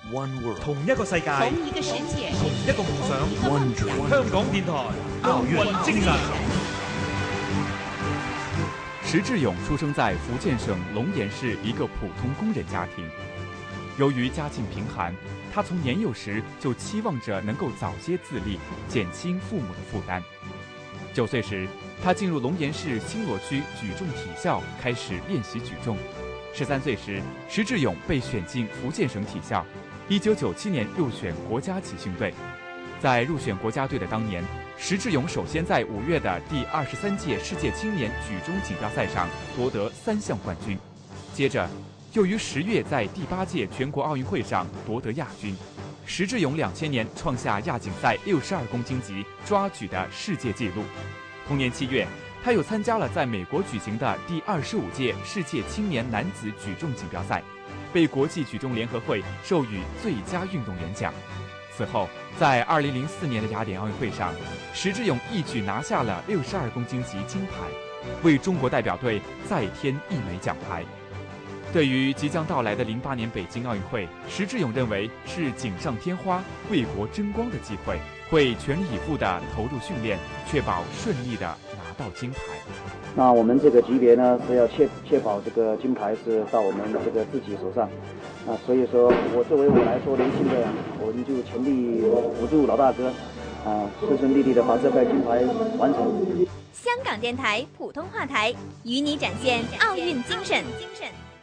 One world， 同一个世界， 同一个世界， 同一个梦想。 One dream， 香港电台奥运精神。 石智勇出生在福建省龙岩市一个普通工人家庭。由于家境贫寒，他从年幼时就期望着能够早些自立，减轻父母的负担。9岁时，他进入龙岩市新罗区举重体校，开始练习举重。13岁时，石智勇被选进福建省体校。1997年入选国家集训队。在入选国家队的当年，石智勇首先在5月的第23届世界青年举重锦标赛上夺得3项冠军，接着又于10月在第8届全国奥运会上夺得亚军。石智勇2000年创下亚锦赛62公斤级抓举的世界纪录。同年7月，他又参加了在美国举行的第25届世界青年男子举重锦标赛，被国际举重联合会授予最佳运动员奖。此后，在2004年的雅典奥运会上，石智勇一举拿下了62公斤级金牌，为中国代表队再添1枚奖牌。对于即将到来的08年北京奥运会，石智勇认为是锦上添花、为国争光的机会，会全力以赴地投入训练，确保顺利地拿到金牌。 那我们这个级别呢，是要确保这个金牌是到我们这个自己手上。所以说作为我来说，年轻的我们就全力辅助老大哥，顺顺利利的把这块金牌完成。 香港电台普通话台与你展现奥运精神。